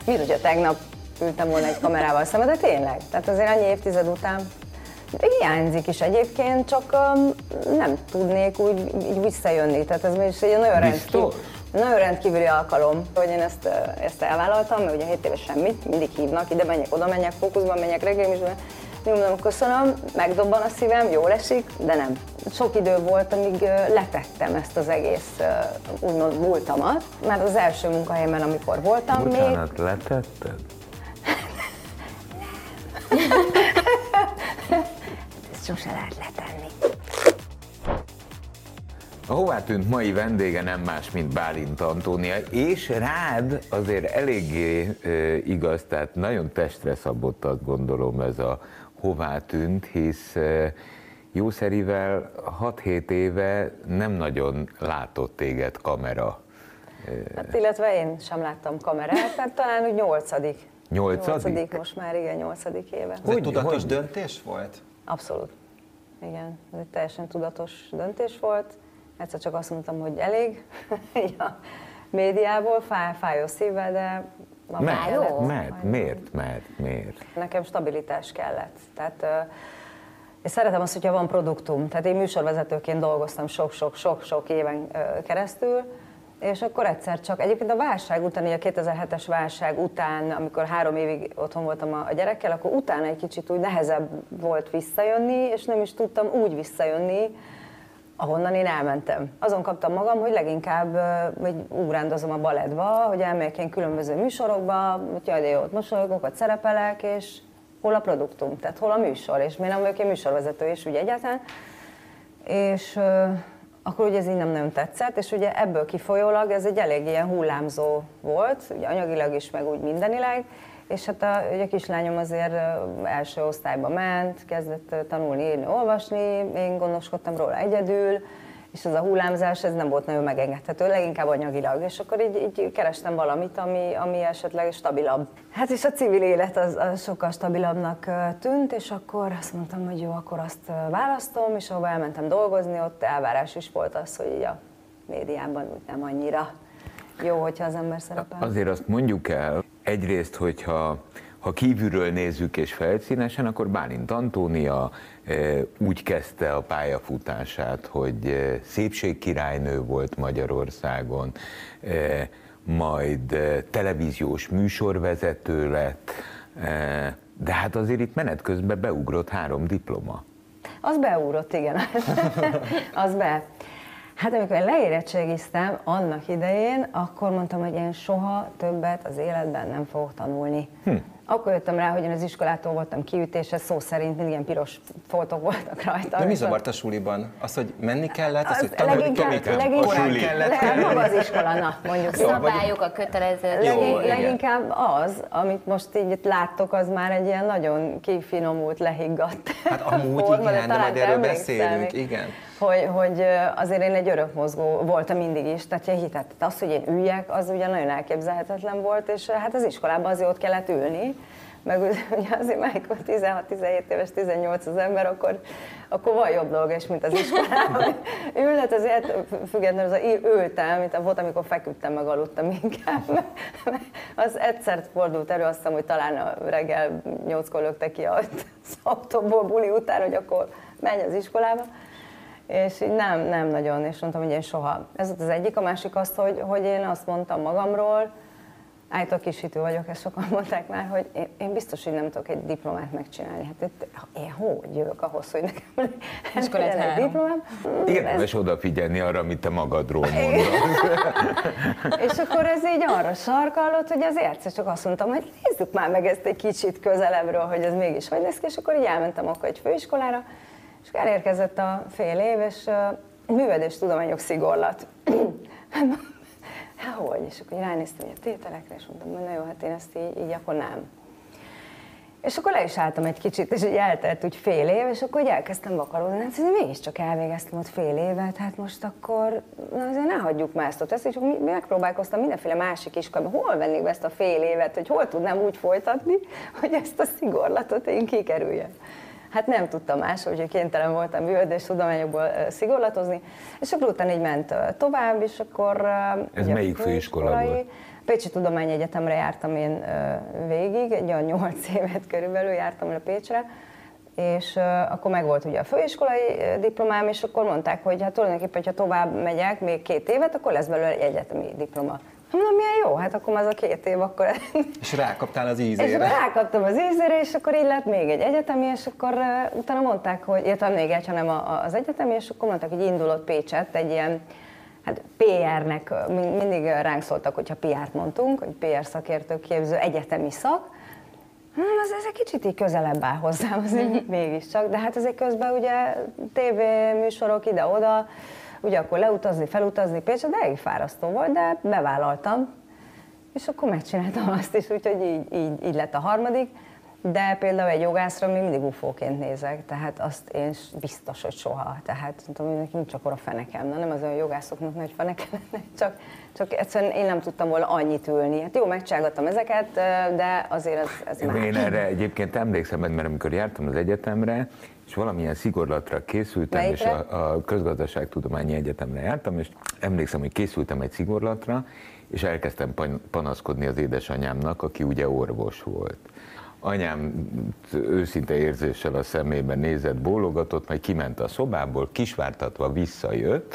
Mi, hogyha tegnap ültem volna egy kamerával szemben, de tényleg. Tehát azért annyi évtized után hiányzik is egyébként, csak nem tudnék úgy visszajönni. Tehát ez mégis egy nagyon rendkívüli alkalom, hogy én ezt elvállaltam, mert ugye 7 éves semmit, mindig hívnak, ide menjek, oda menjek, fókuszban menjek, reggel is, mondom, köszönöm, megdobban a szívem, jól esik, de nem. Sok idő volt, amíg letettem ezt az egész úgymond múltamat, mert az első munkahelyemen, amikor voltam Bocsánat, letetted? Ezt sose lehet letenni. A Hová tűnt mai vendége nem más, mint Bálint Antónia, és rád azért eléggé igaz, tehát nagyon testre szabott, azt gondolom, ez a Hová tűnt, hisz jószerivel 6-7 éve nem nagyon látott téged kamera. Hát, illetve én sem láttam kamerát, tehát talán úgy 8. Nyolcadik? Most már, igen, 8. éve. Ez egy tudatos döntés volt? Abszolút. Igen, ez egy teljesen tudatos döntés volt. Egyszer csak azt mondtam, hogy elég a médiából, fájó szívvel, de Miért? Nekem stabilitás kellett. Tehát én szeretem azt, hogyha van produktum. Tehát én műsorvezetőként dolgoztam sok éven keresztül, és akkor egyszer csak, egyébként a válság után, a 2007-es válság után, amikor 3 évig otthon voltam a gyerekkel, akkor utána egy kicsit úgy nehezebb volt visszajönni, és nem is tudtam úgy visszajönni, ahonnan én elmentem. Azon kaptam magam, hogy leginkább ugrándozom a balettba, hogy elmegyek én különböző műsorokba, hogy jaj, de jó, ott mosolygok, ott szerepelek, és hol a produktum, tehát hol a műsor, és miért nem vagyok én műsorvezető is ugye egyáltalán. És akkor ugye ez így nem nagyon tetszett, és ugye ebből kifolyólag ez egy elég ilyen hullámzó volt, ugye anyagilag is, meg úgy mindenileg, és hát a kislányom azért első osztályba ment, kezdett tanulni, írni, olvasni, én gondoskodtam róla egyedül, és ez a hullámzás, ez nem volt nagyon megengedhető, leginkább anyagilag, és akkor így kerestem valamit, ami esetleg stabilabb. Hát és a civil élet az sokkal stabilabbnak tűnt, és akkor azt mondtam, hogy jó, akkor azt választom, és ahova elmentem dolgozni, ott elvárás is volt az, hogy így a médiában úgy nem annyira jó, hogyha az ember szerepel. Azért azt mondjuk el, egyrészt, hogyha kívülről nézzük és felszínesen, akkor Bálint Antónia úgy kezdte a pályafutását, hogy szépségkirálynő volt Magyarországon, majd televíziós műsorvezető lett, de hát azért itt menet közben beugrott 3 diploma. Az beugrott, igen. Az be. Hát amikor én leérettségiztem annak idején, akkor mondtam, hogy én soha többet az életben nem fogok tanulni. Akkor jöttem rá, hogy én az iskolától voltam kiütése, szó szerint mindig ilyen piros foltok voltak rajta. De mi zavart a suliban? Az, hogy menni kellett? Az, hogy leginkább maga az iskola, na, mondjuk. Szabályok, a kötelező. Leginkább az, amit most így itt láttok, az már egy ilyen nagyon kifinomult, lehiggadt Hát amúgy forma, igen, de majd erről beszélünk, igen. Hogy azért én egy örökmozgó voltam mindig is, tehát hitettem. Az, hogy én üljek, az ugye nagyon elképzelhetetlen volt, és hát az iskolában azért ott kellett ülni, meg ugye azért már 16-17 éves, 18 az ember, akkor van jobb dolga is, mint az iskolában. Ülhet azért, függetlenül ültem, mint volt, amikor feküdtem, meg aludtam inkább. Az egyszer fordult elő, azt hiszem, hogy talán a reggel 8-kor lökte ki az autóból buli után, hogy akkor menj az iskolába. És így nem nagyon, és mondtam, hogy én soha. Ez volt az egyik, a másik azt, hogy én azt mondtam magamról, állítólag kishitű vagyok, ezt sokan mondták már, hogy én biztos, hogy nem tudok egy diplomát megcsinálni. Hát én hogy jövök ahhoz, hogy nekem legyen egy diplomám? Érdemes odafigyelni arra, amit te magadról mondasz. És akkor ez így arra sarkallott, hogy azért egyszer csak azt mondtam, hogy nézzük már meg ezt egy kicsit közelebbről, hogy ez mégis hogy lesz ki, és akkor így elmentem akkor egy főiskolára, és elérkezett a fél év, és művelődéstudományok szigorlat. Hát hogy? És akkor ránéztem a tételekre, és mondtam, hogy na jó, hát én ezt így akkor nem. És akkor le is álltam egy kicsit, és így eltelt úgy fél év, és akkor így elkezdtem vakaródni, hát mégiscsak elvégeztem ott fél évet, hát most akkor azért ne hagyjuk már ezt ott, és megpróbálkoztam mindenféle másik iskolában, hol vennék be ezt a fél évet, hogy hol tudnám úgy folytatni, hogy ezt a szigorlatot én kikerüljem. Hát nem tudtam más, hogy kénytelen voltam művelődéstudományokból szigorlatozni, és akkor utána így ment tovább, és akkor... Ez melyik főiskola volt? Pécsi Tudományegyetemre jártam én végig, egy olyan 8 évet körülbelül jártam le Pécsre, és akkor megvolt ugye a főiskolai diplomám, és akkor mondták, hogy hát tulajdonképpen, ha tovább megyek még 2 évet, akkor lesz belőle egy egyetemi diploma. Mondom, milyen jó, hát akkor az a 2 év, akkor... És rákaptál az ízére. És rákaptam az ízére, és akkor így lett még egy egyetemi, és akkor utána mondták, hogy értem még egy, hanem az egyetemi, és akkor mondták, hogy indulott Pécsett egy ilyen, hát PR-nek, mindig ránk szóltak, hogyha PR-t mondtunk, hogy PR szakértők képző egyetemi szak. Ez egy kicsit így közelebb áll hozzám, azért mégiscsak, de hát azért közben ugye tévéműsorok ide-oda, ugye akkor leutazni, felutazni Pécsre, de elég fárasztó volt, de bevállaltam, és akkor megcsináltam azt is, úgyhogy így lett a harmadik, de például egy jogászra még mindig ufóként nézek, tehát azt én biztos, hogy soha, tehát tudom, hogy nincs akkora fenekem, nem az olyan jogászoknak nagy feneke lenne, csak egyszerűen én nem tudtam volna annyit ülni. Hát jó, megcsinálgattam ezeket, de azért ez más. Én erre egyébként emlékszem, mert amikor jártam az egyetemre, és valamilyen szigorlatra készültem, Melyikre? és a Közgazdaságtudományi Egyetemre jártam, és emlékszem, hogy készültem egy szigorlatra, és elkezdtem panaszkodni az édesanyámnak, aki ugye orvos volt. Anyám őszinte érzéssel a szemében nézett, bólogatott, majd kiment a szobából, kisvártatva visszajött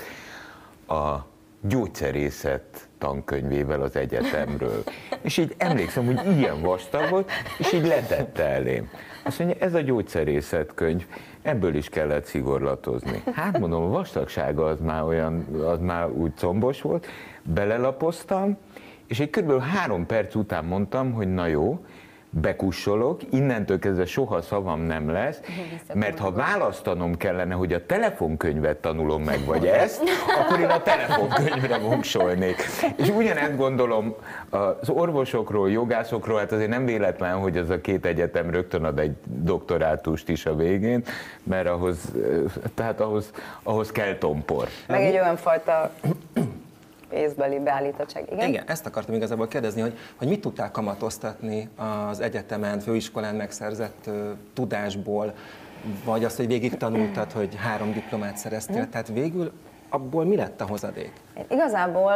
a gyógyszerészet tankönyvével az egyetemről. És így emlékszem, hogy ilyen vastag volt, és így letette elém. Azt mondja, ez a gyógyszerészet könyv, ebből is kellett szigorlatozni. Hát mondom, a vastagsága az már úgy combos volt, belelapoztam, és egy kb. 3 perc után mondtam, hogy na jó, bekussolok, innentől kezdve soha szavam nem lesz, mert ha választanom kellene, hogy a telefonkönyvet tanulom meg, vagy ezt, akkor én a telefonkönyvre voksolnék. És ugyanezt gondolom az orvosokról, jogászokról, hát azért nem véletlen, hogy az a 2 egyetem rögtön ad egy doktorátust is a végén, mert ahhoz kell tompor. Meg egy olyan fajta észbeli beállítottság, igen? Igen, ezt akartam igazából kérdezni, hogy mit tudtál kamatoztatni az egyetemen, főiskolán megszerzett tudásból, vagy azt, hogy végig tanultad, hogy 3 diplomát szereztél, tehát végül abból mi lett a hozadék? Igazából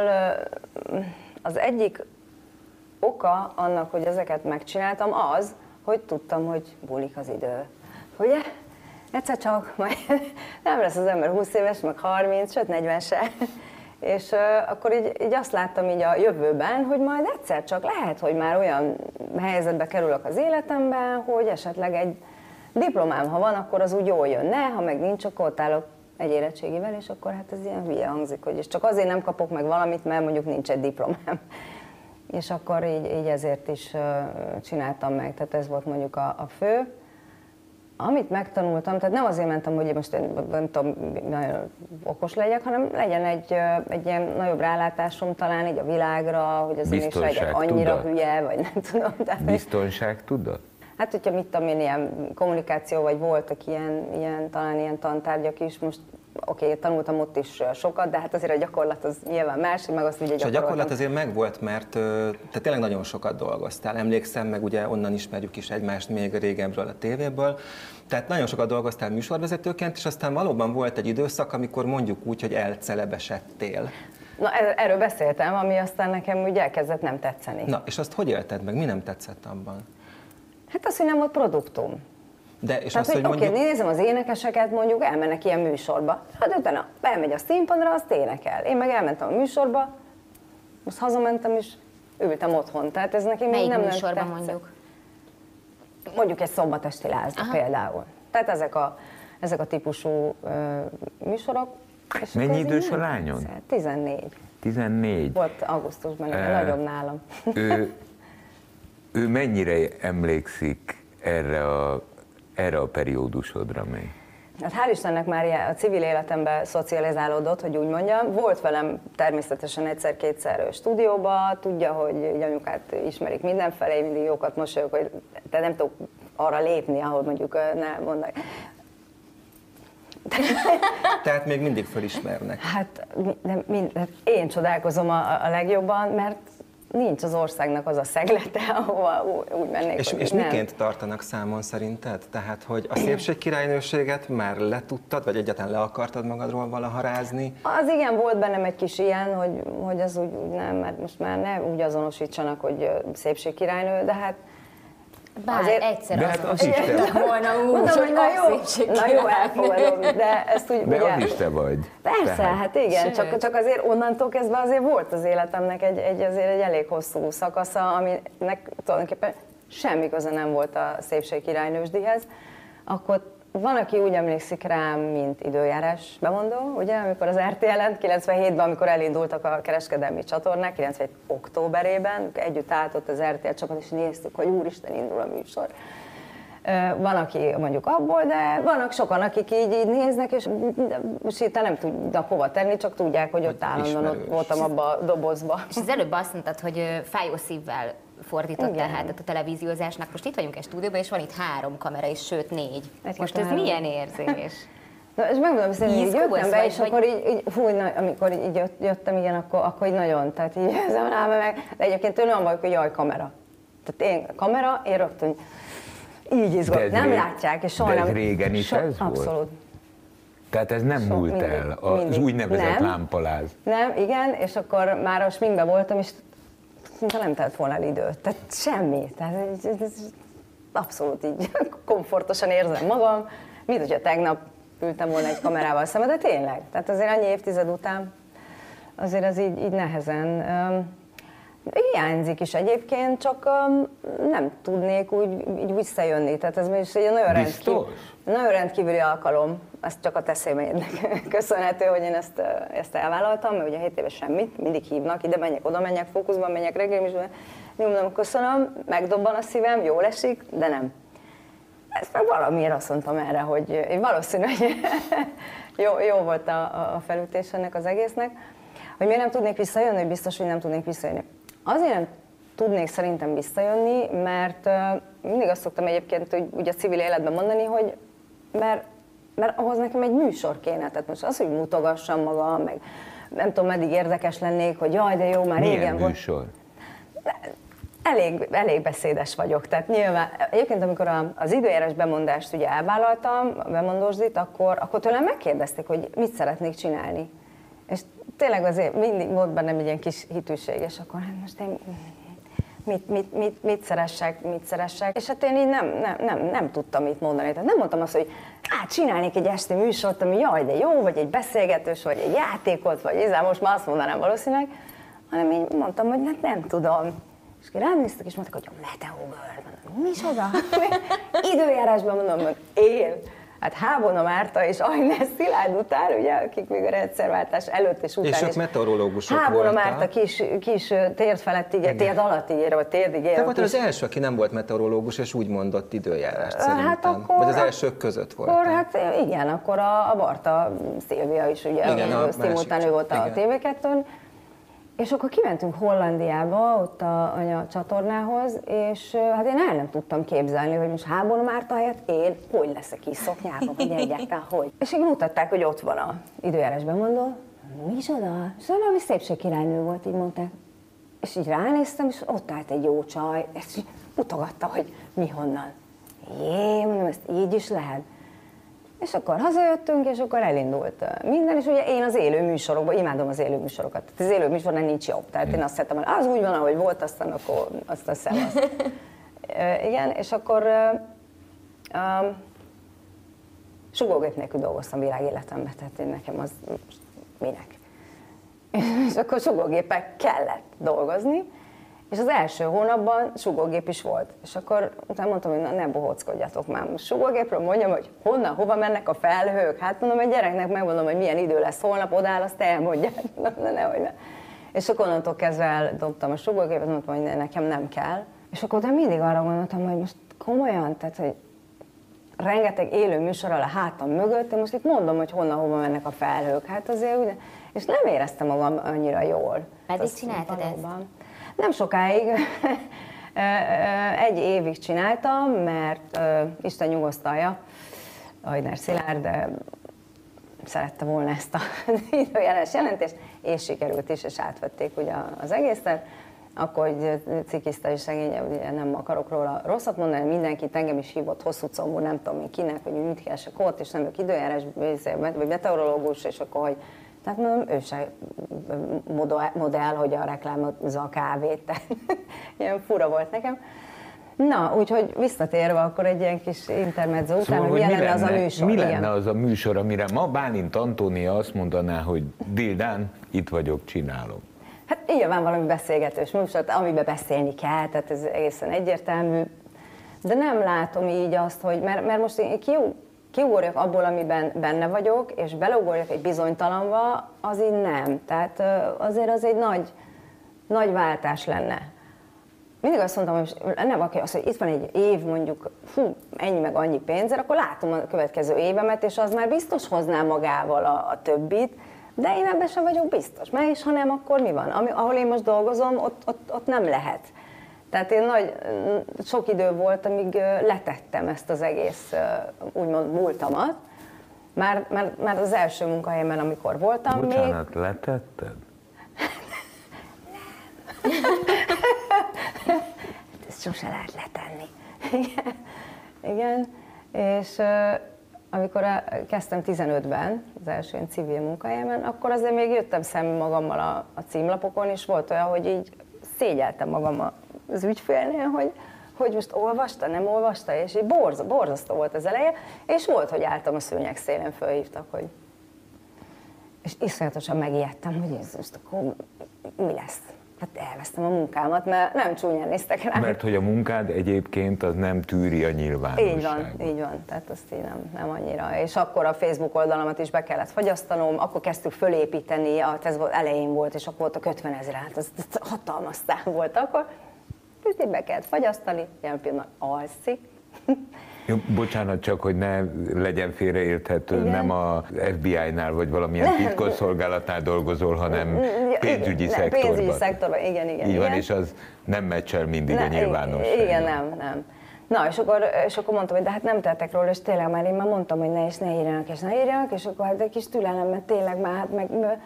az egyik oka annak, hogy ezeket megcsináltam az, hogy tudtam, hogy múlik az idő. Ugye? Egyszer csak majd nem lesz az ember 20 éves, meg 30, sőt 40 se. És akkor így azt láttam így a jövőben, hogy majd egyszer csak lehet, hogy már olyan helyzetbe kerülök az életemben, hogy esetleg egy diplomám, ha van, akkor az úgy jól jönne, ha meg nincs, akkor ott állok egy érettségivel, és akkor hát ez ilyen hülye hangzik, hogy és csak azért nem kapok meg valamit, mert mondjuk nincs egy diplomám. És akkor így ezért is csináltam meg, tehát ez volt mondjuk a fő. Amit megtanultam, tehát nem azért mentem, hogy én most nem tudom, nagyon okos legyek, hanem legyen egy ilyen nagyobb rálátásom talán így a világra, hogy azért is legyek annyira hülye, vagy nem tudom. Biztonságtudat? Hát, hogyha mit tudom én, ilyen kommunikáció, vagy voltak talán ilyen tantárgyak is, most oké, tanultam ott is sokat, de hát azért a gyakorlat az nyilván más, meg azt ugye És a gyakorlat azért megvolt, mert te tényleg nagyon sokat dolgoztál. Emlékszem, meg ugye onnan ismerjük is egymást még régebről a tévéből. Tehát nagyon sokat dolgoztál műsorvezetőként, és aztán valóban volt egy időszak, amikor mondjuk úgy, hogy elcelebesedtél. Na, erről beszéltem, ami aztán nekem úgy elkezdett nem tetszeni. Na, és azt hogy élted meg? Mi nem tetszett abban? Hát az, hogy nem volt produktum. De, és tehát, azt, hogy mondjuk... nézem az énekeseket, mondjuk elmennek ilyen műsorba, hát utána elmegy a színpadra, azt énekel. Én meg elmentem a műsorba, most hazamentem és ültem otthon. Tehát ez nekem melyik nem műsorban tetszett. mondjuk? Mondjuk egy szombatesti lázba például. Tehát ezek a típusú műsorok. És mennyi idős a lányod? 14. 14. Volt augusztusban, nagyobb nálam. Ő mennyire emlékszik erre a periódusodra még? Hát hál' Istennek már a civil életemben szocializálódott, hogy úgy mondjam. Volt velem természetesen egyszer-kétszer stúdióba, tudja, hogy anyukát ismerik mindenfelé, mindig jókat mosolyog, hogy te nem tudok arra lépni, ahol mondjuk ne mondani. Tehát még mindig fölismernek. Hát én csodálkozom a legjobban, mert nincs az országnak az a szeglete, ahova úgy mennék. És miként tartanak számon szerinted? Tehát, hogy a szépségkirálynőséget már letudtad, vagy egyáltalán le akartad magadról valaha rázni? Az igen, volt bennem egy kis ilyen, hogy az úgy nem, mert most már ne úgy azonosítsanak, hogy szépségkirálynő, de hát bár azért, egyszer de hát az is te. volna úgy, mondom, hogy na jó, elfogadom, de ezt úgy... De ugye, az is te vagy. Persze, Tehát. hát igen, csak azért onnantól kezdve azért volt az életemnek azért egy elég hosszú szakasza, aminek tulajdonképpen semmi köze nem volt a szépségkirálynősdíjhez. Akkor van, aki úgy emlékszik rám, mint időjárás bemondó, ugye, amikor az RTL-en 97-ben, amikor elindultak a kereskedelmi csatornák, 97 októberében, együtt állt ott az RTL csapat, és néztük, hogy úristen, indul a műsor. Van, aki mondjuk abból, de vannak sokan, akik így néznek, és most itt nem tudnak hova tenni, csak tudják, hogy ott állandóan ott voltam abba a dobozba. És az előbb azt mondtad, hogy fájó szívvel fordítottál hátat a televíziózásnak. Most itt vagyunk egy stúdióban, és van itt 3 kamera, és sőt 4. Most ez milyen érzés? Na, és megmondom, hogy így jöttem be, és vagy... akkor így fúj, amikor így jöttem, igen, akkor így nagyon, tehát így ezzel meg, de egyébként tőlem vagyok, hogy jaj, kamera. Tehát én rögtön így izgulok, nem látják, és soha de nem... ez régen is ez volt? Abszolút. Tehát ez nem múlt el, az úgynevezett lámpaláz. Nem, igen, és akkor már a sminkben voltam, és szinte nem telt volna el időt, tehát semmi. Tehát ez abszolút így komfortosan érzem magam, mint hogyha tegnap ültem volna egy kamerával szemben, de tényleg. Tehát azért annyi évtized után azért ez így nehezen hiányzik is egyébként, csak nem tudnék úgy visszajönni. Tehát ez is egy nagyon rendkívüli alkalom. Ez csak a te személyednek köszönhető, hogy én ezt elvállaltam, mert ugye 7 éve semmit, mindig hívnak, ide menjek, oda menjek, fókuszban menjek, reggel is, mondom, köszönöm, megdobban a szívem, jól esik, de nem. Ezt meg valamiért azt mondtam erre, hogy én valószínű, hogy jó volt a felütés ennek az egésznek. Hogy miért nem tudnék visszajönni, hogy biztos, hogy nem tudnék visszajönni. Azért nem tudnék szerintem visszajönni, mert mindig azt szoktam egyébként hogy ugye a civil életben mondani, hogy mert ahhoz nekem egy műsor kéne. Tehát most az, hogy mutogassam magam, meg nem tudom, meddig érdekes lennék, hogy jaj, de jó, már régen volt. Műsor? Elég beszédes vagyok. Tehát nyilván, egyébként amikor az időjárás bemondást ugye elvállaltam, a bemondósdit, akkor tőlem megkérdezték, hogy mit szeretnék csinálni. És tényleg azért mindig volt bennem egy ilyen kis hitűség, és akkor hát most én mit szeressek. És hát én így nem tudtam mit mondani. Tehát nem mondtam azt, hogy csinálnék egy esti műsort, ami jaj, de jó, vagy egy beszélgetős, vagy egy játékot, vagy most már azt mondanám valószínűleg, hanem így mondtam, hogy hát nem tudom. És akkor rám néztek, és mondták, hogy a Meteo Girl. Micsoda? Időjárásban mondom, hogy én. Hát Hábona Márta és Ajnesz Szilárd után, ugye, akik még a rendszerváltás előtt és után és is. meteorológusok Hábona voltak. Márta kis térd felett ígér, térd alatt ígér, vagy térdig ígér. Te voltál az első, aki nem volt meteorológus, és úgy mondott időjárást szerintem. Hát akkor, vagy az elsők között volt. Akkor hát igen, akkor a Barta Szilvia is, ugye, szimultán ő volt a TV2-n. És akkor kimentünk Hollandiába, ott a csatornához, és hát én el nem tudtam képzelni, hogy most Hábona Márta helyett én hogy leszek kis szoknyában, hogy egyáltalán hogy. És így mutatták, hogy ott van az időjárás bemondó. Micsoda? És valami szépségkirálynő volt, így mondták. És így ránéztem, és ott állt egy jó csaj, és így mutogatta, hogy mi honnan. Mondom, ezt így is lehet. És akkor hazajöttünk, és akkor elindult minden, és ugye én az élő műsorokban, imádom az élő műsorokat. Tehát az élő műsorban nincs jobb. Tehát én azt hittem, hogy az úgy van, ahogy volt, aztán akkor azt a szevasz. Igen, és akkor sugógép nélkül dolgoztam világéletemben, tehát én nekem az minek. És akkor sugógépek kellett dolgozni, és az első hónapban sugógép is volt. És akkor utána mondtam, hogy ne bohóckodjatok már. Most sugógépről mondjam, hogy honnan, hova mennek a felhők. Hát mondom, egy gyereknek megmondom, hogy milyen idő lesz holnap, odáll, azt elmondják. Nehogy ne. És akkor onnantól kezdve eldobtam a sugógépet, mondtam, hogy nekem nem kell. És akkor utána mindig arra gondoltam, hogy most komolyan, tehát, hogy rengeteg élő műsorral a hátam mögött, én most itt mondom, hogy honnan, hova mennek a felhők. Hát azért ugye, és nem éreztem magam annyira jól. Meddig csináltad ezt? Nem sokáig, 1 évig csináltam, mert Isten nyugosztalja, Ajnár Szilárd szerette volna ezt az időjárás jelentést, és sikerült is, és átvették ugye az egészet. akkor hogy cikizte és szegény, ugye nem akarok róla rosszat mondani, mindenkit, engem is hívott hosszú combú, nem tudom én kinek, hogy mit keresek ott, és nem ők időjárás, vagy meteorológus, és akkor, hogy tehát mondom, ő se modell, hogy a reklámozza a kávét, tehát ilyen fura volt nekem. Na, úgyhogy visszatérve akkor egy ilyen kis intermezzo után, Szóval, hogy milyen lenne az a műsor. Mi igen. lenne az a műsor, amire ma Bálint Antónia azt mondaná, hogy Dildán, itt vagyok, csinálom? Hát nyilván valami beszélgetős műsor, amiben beszélni kell, tehát ez egészen egyértelmű. De nem látom így azt, hogy, mert most én kiugorjak abból, amiben benne vagyok, és beleugorjak egy bizonytalanba, az így nem. Tehát azért az egy nagy váltás lenne. Mindig azt mondtam, hogy lenne valaki az, hogy itt van egy év, mondjuk, ennyi meg annyi pénzért, akkor látom a következő évemet, és az már biztos hozná magával a többit, de én ebben sem vagyok biztos. Mert és ha nem, akkor mi van? Ahol én most dolgozom, ott nem lehet. Tehát én sok idő volt, amíg letettem ezt az egész, úgymond múltamat. Már az első munkahelyemen, amikor voltam. Bocsánat, letetted? Ezt sose lehet letenni. Igen. És amikor kezdtem 15-ben, az első civil munkahelyemen, akkor azért még jöttem szembe magammal a címlapokon, és volt olyan, hogy így szégyeltem magam az ügyfélnél, hogy most olvasta, nem olvasta, és így borzasztó volt az eleje, és volt, hogy álltam a szőnyeg szélén, fölhívtak, hogy... És iszonyatosan megijedtem, hogy ez most akkor mi lesz? Hát elvesztem a munkámat, mert nem csúnyán néztek rám. Mert hogy a munkád egyébként az nem tűri a nyilvánosságot. Így van, tehát azt így nem annyira. És akkor a Facebook oldalamat is be kellett fagyasztanom, akkor kezdtük fölépíteni, ez volt, elején volt, és akkor voltak 50 000, hát ez hatalmas szám volt akkor. Ezt így be kellett fagyasztani, jelen pillanatban alszik. Jó, bocsánat, csak hogy ne legyen félreérthető, igen. Nem a FBI-nál vagy valamilyen titkosszolgálatnál dolgozol, hanem pénzügyi szektorban. Pénzügyi szektorban, igen. Így van, és az nem meccsel mindig a nyilvánosságon. Igen, nem. Na, és akkor mondtam, hogy de hát nem tettek róla, és tényleg már én már mondtam, hogy ne írjanak, és akkor hát egy kis türelem, mert tényleg már hát meg...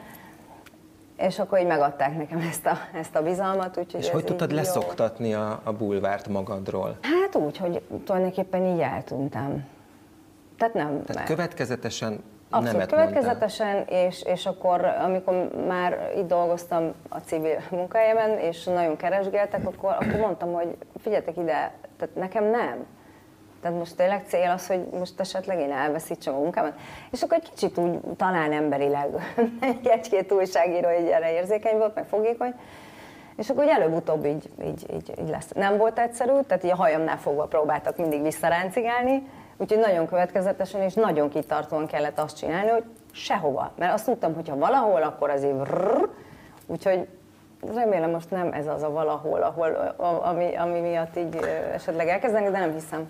És akkor így megadták nekem ezt a bizalmat. Úgyhogy és hogy tudtad leszoktatni a bulvárt magadról? Hát úgy, hogy tulajdonképpen így eltűntem. Tehát következetesen abszolút nemet következetesen, és akkor, amikor már itt dolgoztam a civil munkahelyemen, és nagyon keresgéltek, akkor mondtam, hogy figyeljetek ide, tehát nekem nem. Tehát most tényleg cél az, hogy most esetleg én elveszítsem a munkámat. És akkor egy kicsit úgy talán emberileg egy-két újságíró így erre érzékeny volt, meg fogékony. És akkor előbb-utóbb így lesz. Nem volt egyszerű, tehát így a hajamnál fogva próbáltak mindig visszaráncigálni, úgyhogy nagyon következetesen és nagyon kitartóan kellett azt csinálni, hogy sehova. Mert azt tudtam, hogy ha valahol, akkor azért úgyhogy remélem most nem ez az a valahol, ami miatt így esetleg elkezdeni, de nem hiszem.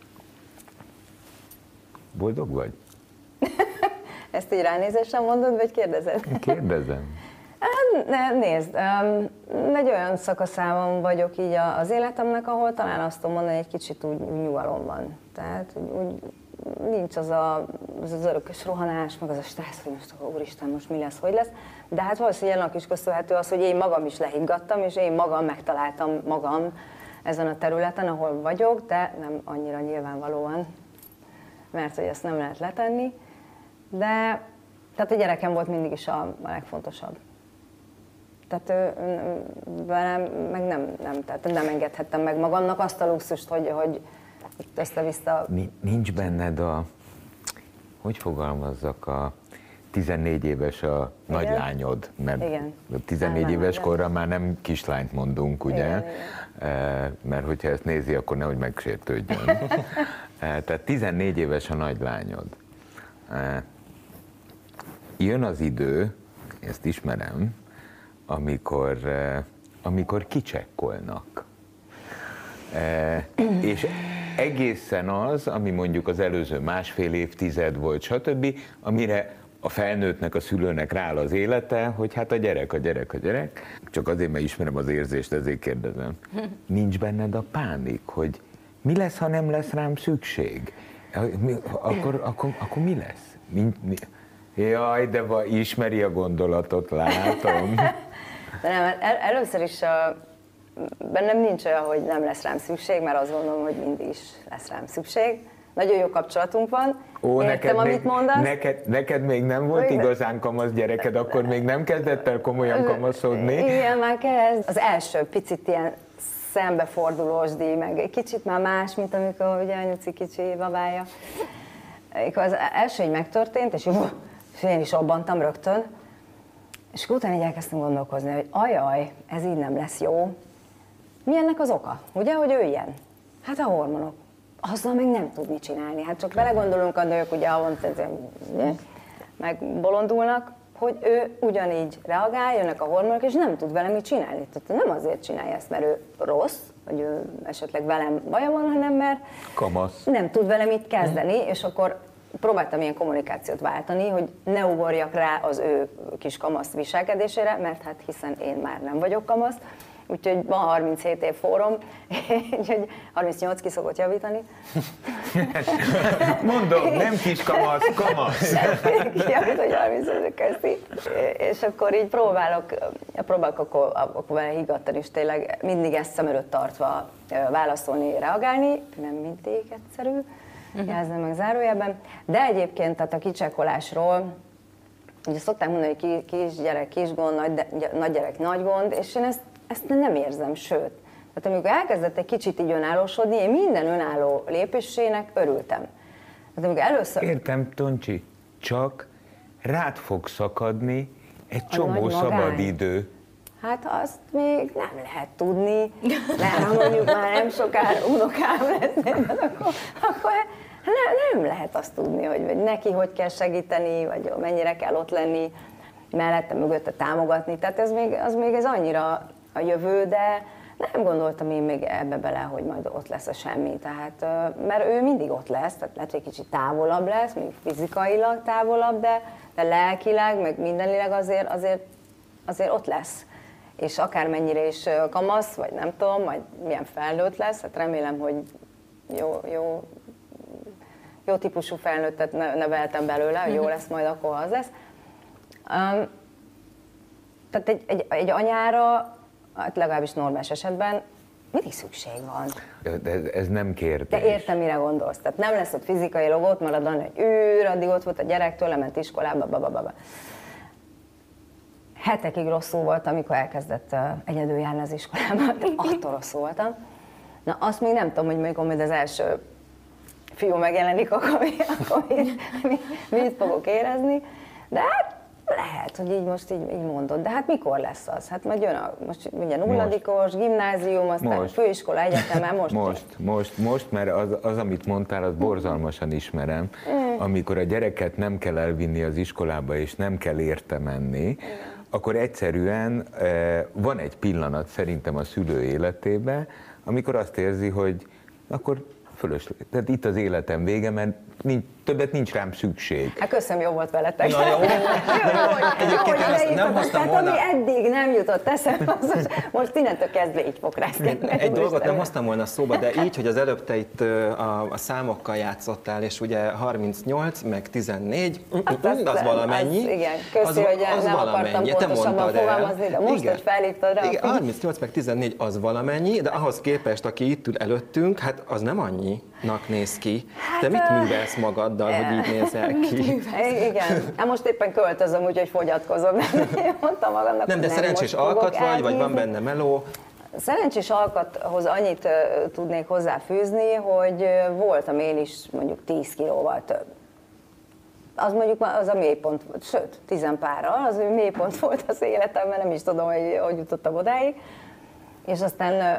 Boldog vagy? Ezt így ránézéssel mondod, vagy kérdezed? Kérdezem. Nézd, egy olyan szakaszában vagyok így az életemnek, ahol talán azt tudom mondani, egy kicsit úgy nyugalom van. Tehát úgy nincs az örökös rohanás, meg az a stressz, hogy most úristen, most mi lesz, hogy lesz. De hát valószínűleg ennek is köszönhető az, hogy én magam is lehiggadtam, és én magam megtaláltam magam ezen a területen, ahol vagyok, de nem annyira nyilvánvalóan, mert hogy ezt nem lehet letenni. De tehát a gyerekem volt mindig is a legfontosabb. Tehát tehát nem engedhettem meg magamnak azt a luxust, hogy össze-vissza... Nincs benned hogy fogalmazzak, a 14 éves a nagylányod, mert igen. 14 éves korra már nem kislányt mondunk, ugye? Igen. Mert hogyha ezt nézi, akkor nehogy megsértődjön. Tehát 14 éves a nagylányod. Jön az idő, ezt ismerem, amikor kicsekkolnak. És egészen az, ami mondjuk az előző másfél évtized volt, stb., amire a felnőttnek, a szülőnek rááll az élete, hogy hát a gyerek. Csak azért, mert ismerem az érzést, ezért kérdezem. Nincs benned a pánik, hogy mi lesz, ha nem lesz rám szükség? Akkor mi lesz? Jaj, de ismeri a gondolatot, látom. De nem, először is bennem nincs olyan, hogy nem lesz rám szükség, mert azt gondolom, hogy mindig is lesz rám szükség. Nagyon jó kapcsolatunk van. Értem, amit mondasz. Neked még nem volt igazán kamasz gyereked, akkor még nem kezdett el komolyan kamaszodni. Igen, már kezd. Az első picit ilyen szembefordulósdi, meg egy kicsit már más, mint amikor ugye anyuci kicsi babája. Amikor az első így megtörtént, és én is robbantam rögtön, és akkor utána így elkezdtem gondolkozni, hogy ajaj, ez így nem lesz jó. Mi ennek az oka? Ugye, hogy ő ilyen? Hát a hormonok. Azzal meg nem tud mit csinálni. Hát csak belegondolunk a nők, ugye, meg bolondulnak, hogy ő ugyanígy reagál, jönnek a hormonok, és nem tud vele mit csinálni. Tehát nem azért csinálja ezt, mert ő rossz, vagy ő esetleg velem baja van, hanem mert kamasz. Nem tud vele mit kezdeni, és akkor próbáltam ilyen kommunikációt váltani, hogy ne ugorjak rá az ő kis kamasz viselkedésére, mert hát hiszen én már nem vagyok kamasz, úgyhogy van 37 év fórum, úgyhogy 38 ki szokott javítani. Mondom, nem kis kamasz, kamasz. Kijavít, hogy 38 kezdi. És akkor így próbálok akkor vele higgadtan is tényleg mindig ezt szem előtt tartva válaszolni, reagálni, nem mindig egyszerű, jelzem meg zárójelben. De egyébként tehát a kicsekolásról, ugye szokták mondani, hogy kisgyerek, kis gond, nagy gyerek, nagy gond, és én ezt nem érzem, sőt. Tehát amikor elkezdett egy kicsit így önállósodni, én minden önálló lépésének örültem. Tehát amikor először... Értem, Toncsi, csak rád fog szakadni egy csomó szabadidő. Hát azt még nem lehet tudni, mert mondjuk már nem sokára unokám lesz, akkor nem lehet azt tudni, hogy neki hogy kell segíteni, vagy mennyire kell ott lenni, mellette mögötte támogatni. Tehát az még ez annyira a jövő, de nem gondoltam én még ebbe bele, hogy majd ott lesz a semmi. Tehát, mert ő mindig ott lesz, tehát lehet, hogy kicsit távolabb lesz, még fizikailag távolabb, de lelkileg, meg mindenileg azért ott lesz. És akármennyire is kamasz, vagy nem tudom, majd milyen felnőtt lesz, hát remélem, hogy jó típusú felnőttet neveltem belőle, hogy jó lesz majd, akkor az lesz. Tehát egy anyára, hát legalábbis normális esetben mindig szükség van. De ez nem kérdés. De értem, mire gondolsz. Tehát nem lesz ott fizikailag, ott marad annyi, hogy addig ott volt a gyerek, tőle ment iskolába, Hetekig rosszul voltam, amikor elkezdett egyedül járni az iskolába, de attól rosszul voltam. Na azt még nem tudom, hogy amikor majd az első fiú megjelenik, akkor mit fogok érezni, de hát lehet, hogy most így mondod, de hát mikor lesz az? Hát majd jön most ugye nulladikos, gimnázium, aztán főiskola, egyetemen, most, mert az, amit mondtál, az borzalmasan ismerem, amikor a gyereket nem kell elvinni az iskolába, és nem kell érte menni, akkor egyszerűen van egy pillanat szerintem a szülő életében, amikor azt érzi, hogy akkor fölösleges. Tehát itt az életem vége, mert többet nincs rám szükség. Hát köszönöm, jó volt veletek. Na jó. Egyébként én azt nem hoztam volna. Ami eddig nem jutott eszembe, most innentől kezdve így fog rázkedni. Egy dolgot nem hoztam volna szóba, de így, hogy az előbb te itt a számokkal játszottál, és ugye 38, meg 14, az valamennyi. Igen, köszi, hogy nem akartam pontosabban fogalmazni, de most, hogy felhívtad rá. 38 meg 14 az valamennyi, de ahhoz képest, aki itt ül előttünk, hát az nem annyinak néz ki. Te mit művelsz magaddal, hogy így nézel ki? Igen, hát most éppen költözöm, úgyhogy fogyatkozom. Mondtam magamnak, nem, de szerencsés alkat vagy van benne meló? Szerencsés alkathoz annyit tudnék hozzáfűzni, hogy voltam én is mondjuk 10 kilóval több. Az mondjuk az a mélypont, sőt, 10 párral, az mélypont volt az életemben, nem is tudom, hogy jutottam odáig. És aztán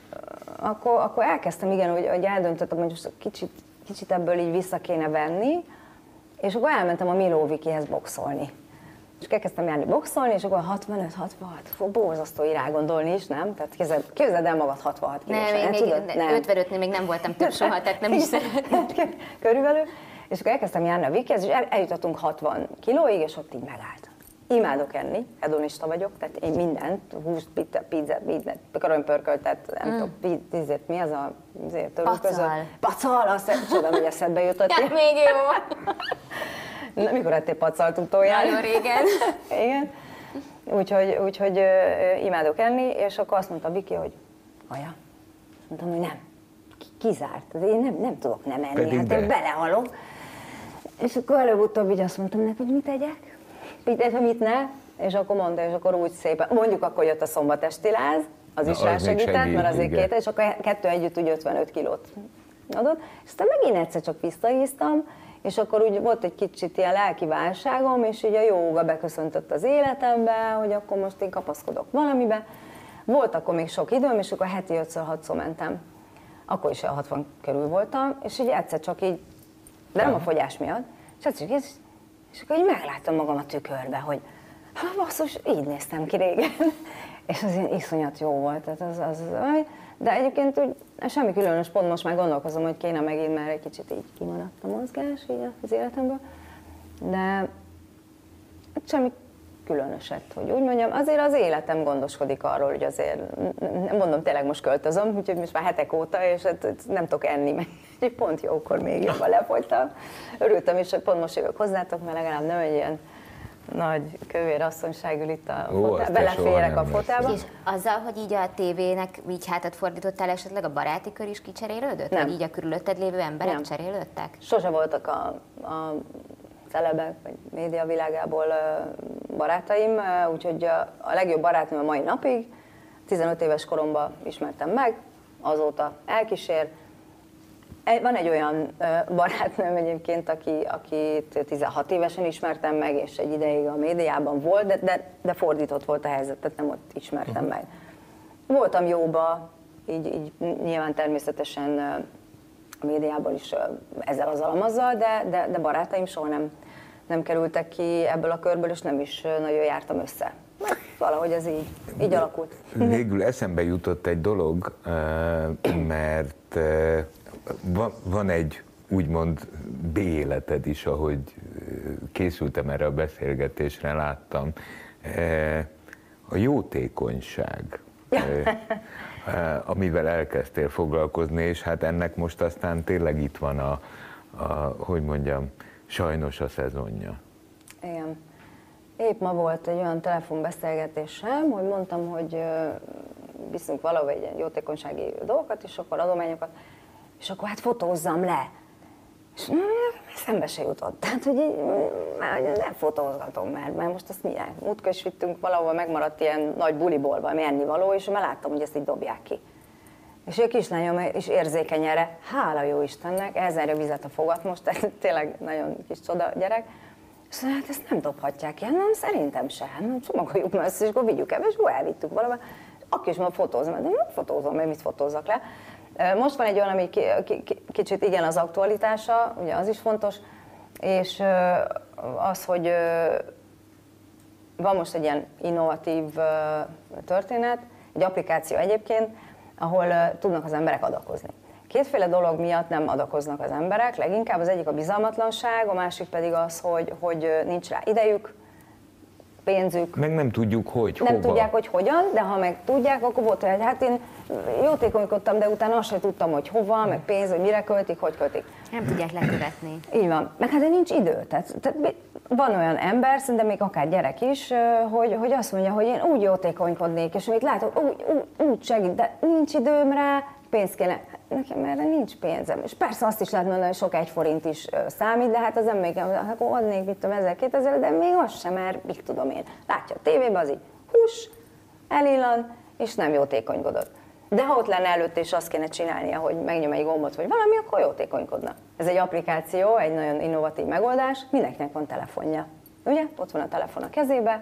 akkor elkezdtem, igen, hogy eldöntöttem, hogy most kicsit ebből így vissza kéne venni, és akkor elmentem a Miló Vikihez boxolni. És elkezdtem járni boxolni, és akkor 65-66, borzasztó iránygondolni is, nem? Tehát képzeld el magad 66 kilósan. Nem, 55-nél még nem voltam több soha, tehát nem is szeretném. Körülbelül. És akkor elkezdtem járni a Vikihez, és eljutottunk 60 kilóig, és ott így megállt. Imádok enni, hedonista vagyok, tehát én mindent, húst, pizzát, mindent, karonypörköltet, nem tudom, mi az a Pacal. Pacal, azt tudom, hogy eszedbe jutott. Ja, még jó. Na, mikor ettél pacalt utoljára? Nagyon régen. Igen. Úgyhogy imádok enni, és akkor azt mondta Viki, hogy kaja. Azt mondtam, hogy nem. Kizárt. Én nem tudok nem enni, Pedig hát de. én belehalok. És akkor előbb-utóbb így azt mondtam neki, hogy mit tegyek? Mit ne? És akkor mondta, és akkor úgy szépen, mondjuk akkor jött a szombatesti láz, az is rásegített, mert azért igen. és akkor kettő együtt úgy 55 kilót adott. És aztán megint egyszer csak visszaíztam, és akkor úgy volt egy kicsit ilyen lelki válságom, és ugye a jóga beköszöntött az életembe, hogy akkor most én kapaszkodok valamibe. Volt akkor még sok időm, és akkor heti 5-6-szor mentem. Akkor is 60 körül voltam, és így egyszer csak így, de nem a fogyás miatt, és akkor így megláttam magam a tükörbe, hogy basszus, így néztem ki régen. És az ilyen iszonyat jó volt, tehát de egyébként úgy semmi különös, pont most már gondolkozom, hogy kéne megint, mert egy kicsit így kimaradt a mozgás így az életemből, de semmi különöset, hogy úgy mondjam, azért az életem gondoskodik arról, hogy azért, nem mondom, tényleg most költözöm, úgyhogy most már hetek óta, és hát nem tudok enni, mert pont jókor még jobban lefogytam. Örültem is, hogy pont most jövök hozzátok, mert legalább nem egy ilyen nagy kövér asszonyság ül itt a fotel, beleférek a fotelba. És azzal, hogy így a tévének így hátat fordítottál, esetleg a baráti kör is kicserélődött? Nem. Vagy így a körülötted lévő emberek Nem. cserélődtek? Sose voltak a celebek, vagy média világából barátaim, úgyhogy a legjobb barátnőm a mai napig, 15 éves koromban ismertem meg, azóta elkísér. Van egy olyan barátnőm egyébként, akit 16 évesen ismertem meg, és egy ideig a médiában volt, de fordított volt a helyzet, tehát nem ott ismertem meg. Voltam jóba, így nyilván természetesen a médiában is ezzel az alamazzal, de barátaim soha nem kerültek ki ebből a körből, és nem is nagyon jártam össze. Mert valahogy ez így alakult. Végül eszembe jutott egy dolog, mert van egy úgymond B-életed is, ahogy készültem erre a beszélgetésre, láttam. A jótékonyság, amivel elkezdtél foglalkozni, és hát ennek most aztán tényleg itt van hogy mondjam, sajnos a szezonja. Igen. Épp ma volt egy olyan telefonbeszélgetésem, hogy mondtam, hogy viszünk valahol egy ilyen jótékonysági dolgokat, és akkor adományokat, és akkor hát fotózzam le. És szembe se jutott. Tehát, hogy így, nem fotózgatom, mert most azt milyen. Múltkor is vittünk valahol, megmaradt ilyen nagy buliból valami ennivaló, és már láttam, hogy ezt így dobják ki. És a kislányom is érzékeny erre, hála jó Istennek, elzárja vizet a fogat most, tehát tényleg nagyon kis csoda gyerek. És hát ezt nem dobhatják ilyen, nem, szerintem se. Nem, csomagoljuk már össze, és akkor vigyük el, és akkor elvittük valahol. Aki is ma fotózom, de nem fotózom, mert mit fotózzak le. Most van egy olyan, ami kicsit igen az aktualitása, ugye az is fontos, és az, hogy van most egy ilyen innovatív történet, egy applikáció egyébként, ahol tudnak az emberek adakozni. Kétféle dolog miatt nem adakoznak az emberek, leginkább az egyik a bizalmatlanság, a másik pedig az, hogy nincs rá idejük, pénzük. Meg nem tudjuk, hogy Nem hova. tudják, hogy hogyan, de ha meg tudják, akkor volt olyan, hogy hát én jótékonykodtam, de utána azt sem tudtam, hogy hova, meg pénz, hogy mire költik, hogy költik. Nem tudják lekövetni. Így van. Meg hát de nincs idő. Tehát van olyan ember, szerintem még akár gyerek is, hogy azt mondja, hogy én úgy jótékonykodnék, és amit látok, úgy segít, de nincs időm rá, pénz kéne. Nekem erre nincs pénzem. És persze azt is lehet mondani, hogy sok 1 forint is számít, de hát az nem még, akkor adnék, mit tudom, 1000-2000, de még az sem, mert mit tudom én. Látja a tévében, az így hús, elillan, és nem jótékonykodott. De ha ott lenne előtt, és azt kéne csinálnia, hogy megnyom egy gombot, vagy valami, akkor jótékonykodna. Ez egy applikáció, egy nagyon innovatív megoldás, mindenkinek van telefonja. Ugye? Ott van a telefon a kezébe,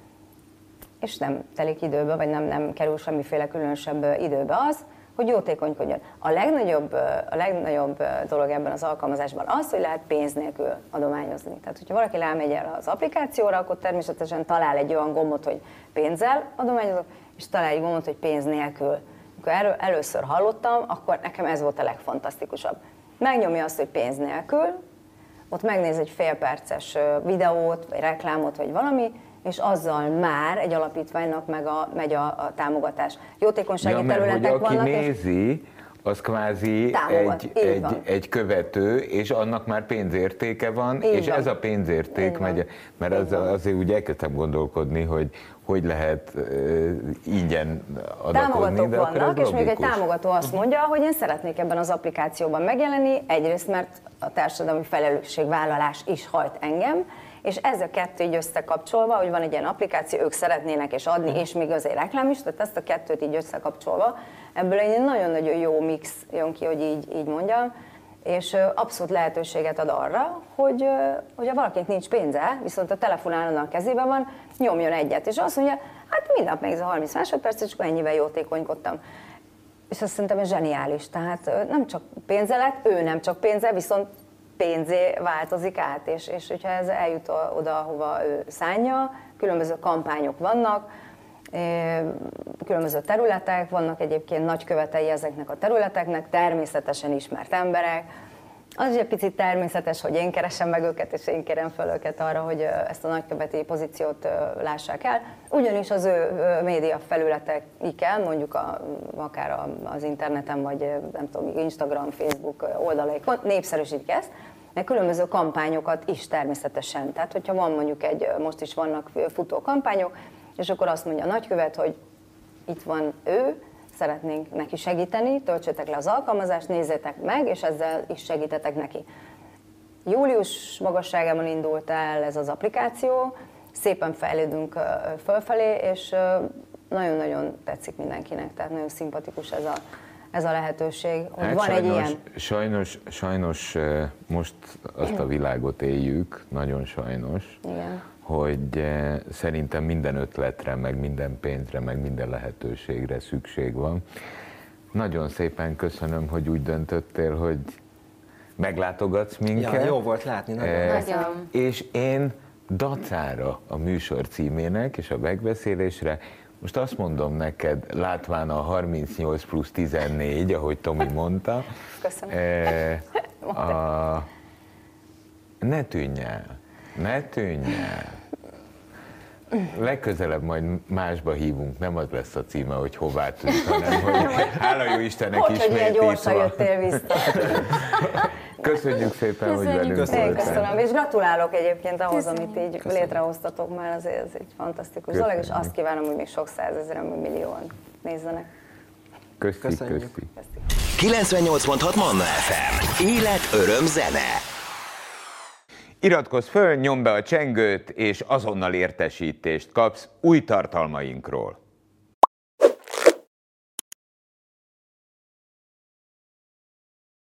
és nem telik időbe, vagy nem kerül semmiféle különösebb időbe az, hogy jótékonykodjon. A legnagyobb dolog ebben az alkalmazásban az, hogy lehet pénz nélkül adományozni. Tehát, hogyha valaki rámegy el az applikációra, akkor természetesen talál egy olyan gombot, hogy pénzzel adományozok, és talál egy gombot, hogy pénz nélkül. Amikor erről először hallottam, akkor nekem ez volt a legfantasztikusabb. Megnyomja azt, hogy pénz nélkül, ott megnéz egy félperces videót, vagy reklámot, vagy valami, és azzal már egy alapítványnak megy a támogatás. Jótékonysági területek hogy aki vannak. nézi, az kvázi támogat. egy követő, és annak már pénzértéke van, Így és van. ez a pénzérték Így van. megy, mert azért úgy elkezdtem gondolkodni, hogy lehet ingyen adakozni, Támogatók de akkor vannak, ez és még egy logikus. támogató azt mondja, hogy én szeretnék ebben az applikációban megjelenni, egyrészt mert a társadalmi felelősségvállalás is hajt engem, és ez a kettő így összekapcsolva, hogy van egy ilyen applikáció, ők szeretnének és adni, és még azért reklám is, tehát ezt a kettőt így összekapcsolva, ebből egy nagyon-nagyon jó mix jön ki, hogy így mondjam, és abszolút lehetőséget ad arra, hogy ha valakinek nincs pénze, viszont a telefonálna a kezében van, nyomjon egyet, és azt mondja, hát minden nap még ez a 30 másodperc, és akkor ennyivel jótékonykodtam. És azt szerintem ez zseniális, tehát nem csak pénze lett, ő nem csak pénze, viszont pénzé változik át, és hogyha ez eljut oda, hova ő szánja, különböző kampányok vannak, különböző területek, vannak egyébként nagykövetei ezeknek a területeknek, természetesen ismert emberek. Az is egy picit természetes, hogy én keresem meg őket, és én kérem fel őket arra, hogy ezt a nagyköveti pozíciót lássák el. Ugyanis az ő média felületeiken, mondjuk akár az interneten, vagy nem tudom, Instagram, Facebook oldalaikon népszerűsítik ezt, mert különböző kampányokat is természetesen. Tehát, hogyha van mondjuk most is vannak futó kampányok, és akkor azt mondja a nagykövet, hogy itt van ő, szeretnénk neki segíteni, töltsétek le az alkalmazást, nézzétek meg, és ezzel is segítetek neki. Július magasságában indult el ez az applikáció, szépen fejlődünk fölfelé, és nagyon-nagyon tetszik mindenkinek, tehát nagyon szimpatikus ez a lehetőség, hogy Hát van egy ilyen. Sajnos most azt a világot éljük, nagyon sajnos, Igen. hogy szerintem minden ötletre, meg minden pénzre, meg minden lehetőségre szükség van. Nagyon szépen köszönöm, hogy úgy döntöttél, hogy meglátogatsz minket. Ja, jó volt látni, nagyon. És én dacára a műsor címének és a megbeszélésre most azt mondom neked, látván a 38+14, ahogy Tomi mondta, Köszönöm. Ne tűnj el. Legközelebb majd másba hívunk, nem az lesz a címe, hogy hová tűnt, hanem hogy hála jó Istennek ismét hogy ilyen itt gyorsan van. jöttél vissza. Köszönjük szépen, hogy velünk voltál. Köszönöm, és gratulálok egyébként ahhoz, amit így Köszönöm. létrehoztatok már, azért ez egy fantasztikus dolog, és azt kívánom, hogy még sok százezren, vagy millióan nézzenek. Köszi. 98.6 Manna FM. Élet, öröm, zene. Iratkozz föl, nyomd be a csengőt, és azonnal értesítést kapsz új tartalmainkról.